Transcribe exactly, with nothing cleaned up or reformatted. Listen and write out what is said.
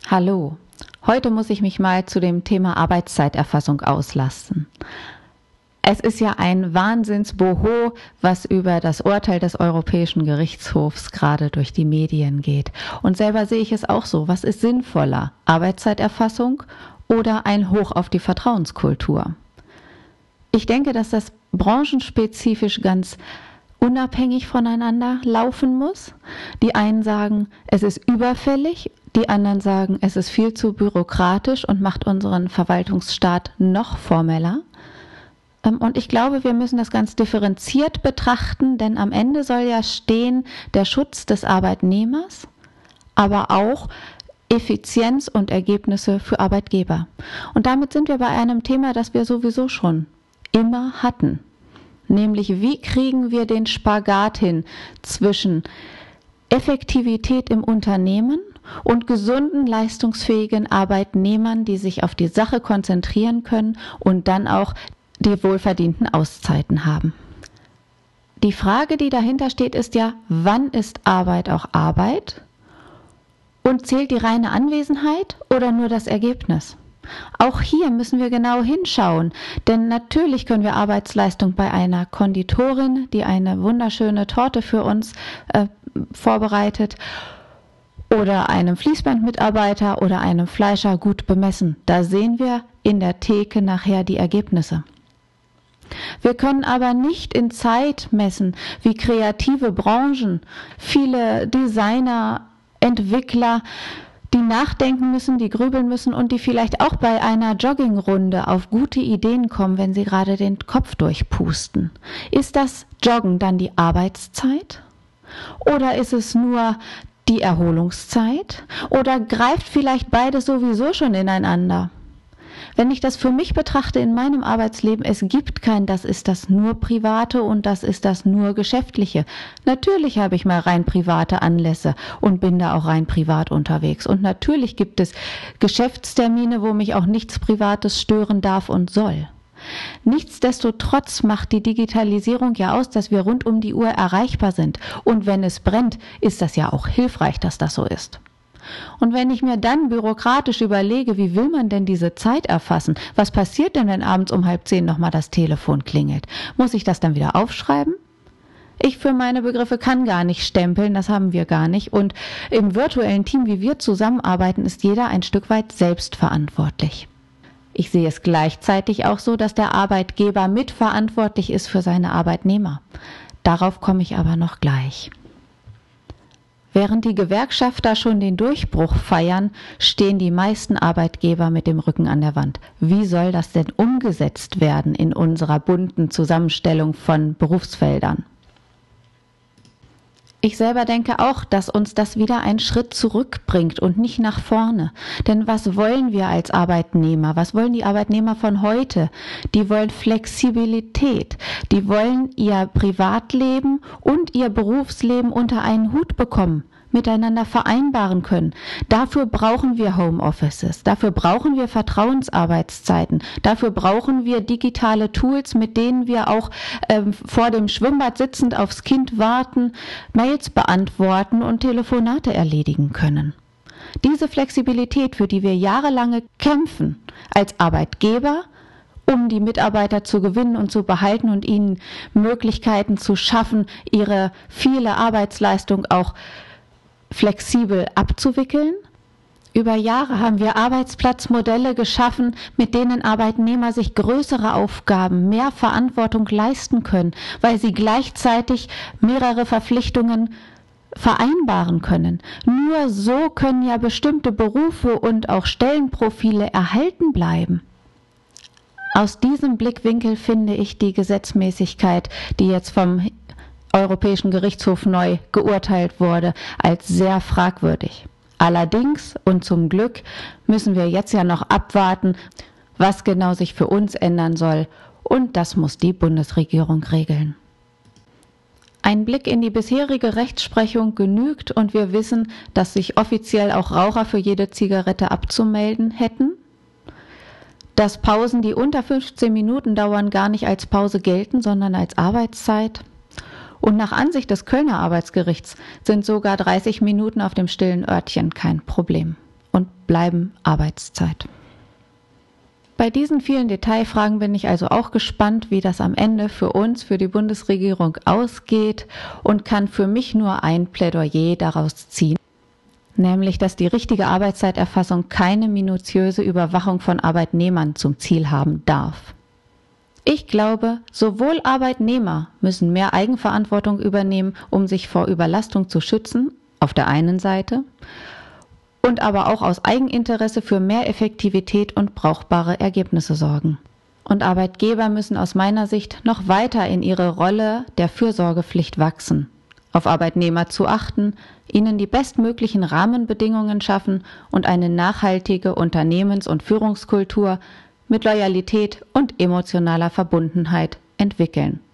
Hallo, heute muss ich mich mal zu dem Thema Arbeitszeiterfassung auslassen. Es ist ja ein Wahnsinnsboho, was über das Urteil des Europäischen Gerichtshofs gerade durch die Medien geht. Und selber sehe ich es auch so. Was ist sinnvoller? Arbeitszeiterfassung oder ein Hoch auf die Vertrauenskultur? Ich denke, dass das branchenspezifisch ganz unabhängig voneinander laufen muss. Die einen sagen, es ist überfällig, die anderen sagen, es ist viel zu bürokratisch und macht unseren Verwaltungsstaat noch formeller. Und ich glaube, wir müssen das ganz differenziert betrachten, denn am Ende soll ja stehen der Schutz des Arbeitnehmers, aber auch Effizienz und Ergebnisse für Arbeitgeber. Und damit sind wir bei einem Thema, das wir sowieso schon immer hatten. Nämlich, wie kriegen wir den Spagat hin zwischen Effektivität im Unternehmen und gesunden, leistungsfähigen Arbeitnehmern, die sich auf die Sache konzentrieren können und dann auch die wohlverdienten Auszeiten haben. Die Frage, die dahinter steht, ist ja, wann ist Arbeit auch Arbeit? Und zählt die reine Anwesenheit oder nur das Ergebnis? Auch hier müssen wir genau hinschauen, denn natürlich können wir Arbeitsleistung bei einer Konditorin, die eine wunderschöne Torte für uns äh, vorbereitet, oder einem Fließbandmitarbeiter oder einem Fleischer gut bemessen. Da sehen wir in der Theke nachher die Ergebnisse. Wir können aber nicht in Zeit messen, wie kreative Branchen, viele Designer, Entwickler, die nachdenken müssen, die grübeln müssen und die vielleicht auch bei einer Joggingrunde auf gute Ideen kommen, wenn sie gerade den Kopf durchpusten. Ist das Joggen dann die Arbeitszeit? Oder ist es nur die Erholungszeit? Oder greift vielleicht beides sowieso schon ineinander? Wenn ich das für mich betrachte in meinem Arbeitsleben, es gibt kein, das ist das nur Private und das ist das nur Geschäftliche. Natürlich habe ich mal rein private Anlässe und bin da auch rein privat unterwegs. Und natürlich gibt es Geschäftstermine, wo mich auch nichts Privates stören darf und soll. Nichtsdestotrotz macht die Digitalisierung ja aus, dass wir rund um die Uhr erreichbar sind. Und wenn es brennt, ist das ja auch hilfreich, dass das so ist. Und wenn ich mir dann bürokratisch überlege, wie will man denn diese Zeit erfassen? Was passiert denn, wenn abends um halb zehn nochmal das Telefon klingelt? Muss ich das dann wieder aufschreiben? Ich für meine Begriffe kann gar nicht stempeln, das haben wir gar nicht. Und im virtuellen Team, wie wir zusammenarbeiten, ist jeder ein Stück weit selbstverantwortlich. Ich sehe es gleichzeitig auch so, dass der Arbeitgeber mitverantwortlich ist für seine Arbeitnehmer. Darauf komme ich aber noch gleich. Während die Gewerkschafter schon den Durchbruch feiern, stehen die meisten Arbeitgeber mit dem Rücken an der Wand. Wie soll das denn umgesetzt werden in unserer bunten Zusammenstellung von Berufsfeldern? Ich selber denke auch, dass uns das wieder einen Schritt zurückbringt und nicht nach vorne. Denn was wollen wir als Arbeitnehmer? Was wollen die Arbeitnehmer von heute? Die wollen Flexibilität. Die wollen ihr Privatleben und ihr Berufsleben unter einen Hut bekommen, miteinander vereinbaren können. Dafür brauchen wir Homeoffices, dafür brauchen wir Vertrauensarbeitszeiten, dafür brauchen wir digitale Tools, mit denen wir auch ähm, vor dem Schwimmbad sitzend aufs Kind warten, Mails beantworten und Telefonate erledigen können. Diese Flexibilität, für die wir jahrelange kämpfen, als Arbeitgeber, um die Mitarbeiter zu gewinnen und zu behalten und ihnen Möglichkeiten zu schaffen, ihre viele Arbeitsleistung auch flexibel abzuwickeln. Über Jahre haben wir Arbeitsplatzmodelle geschaffen, mit denen Arbeitnehmer sich größere Aufgaben, mehr Verantwortung leisten können, weil sie gleichzeitig mehrere Verpflichtungen vereinbaren können. Nur so können ja bestimmte Berufe und auch Stellenprofile erhalten bleiben. Aus diesem Blickwinkel finde ich die Gesetzmäßigkeit, die jetzt vom Europäischen Gerichtshof neu geurteilt wurde, als sehr fragwürdig. Allerdings und zum Glück müssen wir jetzt ja noch abwarten, was genau sich für uns ändern soll, und das muss die Bundesregierung regeln. Ein Blick in die bisherige Rechtsprechung genügt und wir wissen, dass sich offiziell auch Raucher für jede Zigarette abzumelden hätten, dass Pausen, die unter fünfzehn Minuten dauern, gar nicht als Pause gelten, sondern als Arbeitszeit. Und nach Ansicht des Kölner Arbeitsgerichts sind sogar dreißig Minuten auf dem stillen Örtchen kein Problem. und bleiben Arbeitszeit. Bei diesen vielen Detailfragen bin ich also auch gespannt, wie das am Ende für uns, für die Bundesregierung ausgeht und kann für mich nur ein Plädoyer daraus ziehen, nämlich, dass die richtige Arbeitszeiterfassung keine minutiöse Überwachung von Arbeitnehmern zum Ziel haben darf. Ich glaube, sowohl Arbeitnehmer müssen mehr Eigenverantwortung übernehmen, um sich vor Überlastung zu schützen, auf der einen Seite, und aber auch aus Eigeninteresse für mehr Effektivität und brauchbare Ergebnisse sorgen. Und Arbeitgeber müssen aus meiner Sicht noch weiter in ihre Rolle der Fürsorgepflicht wachsen, auf Arbeitnehmer zu achten, ihnen die bestmöglichen Rahmenbedingungen schaffen und eine nachhaltige Unternehmens- und Führungskultur mit Loyalität und emotionaler Verbundenheit entwickeln.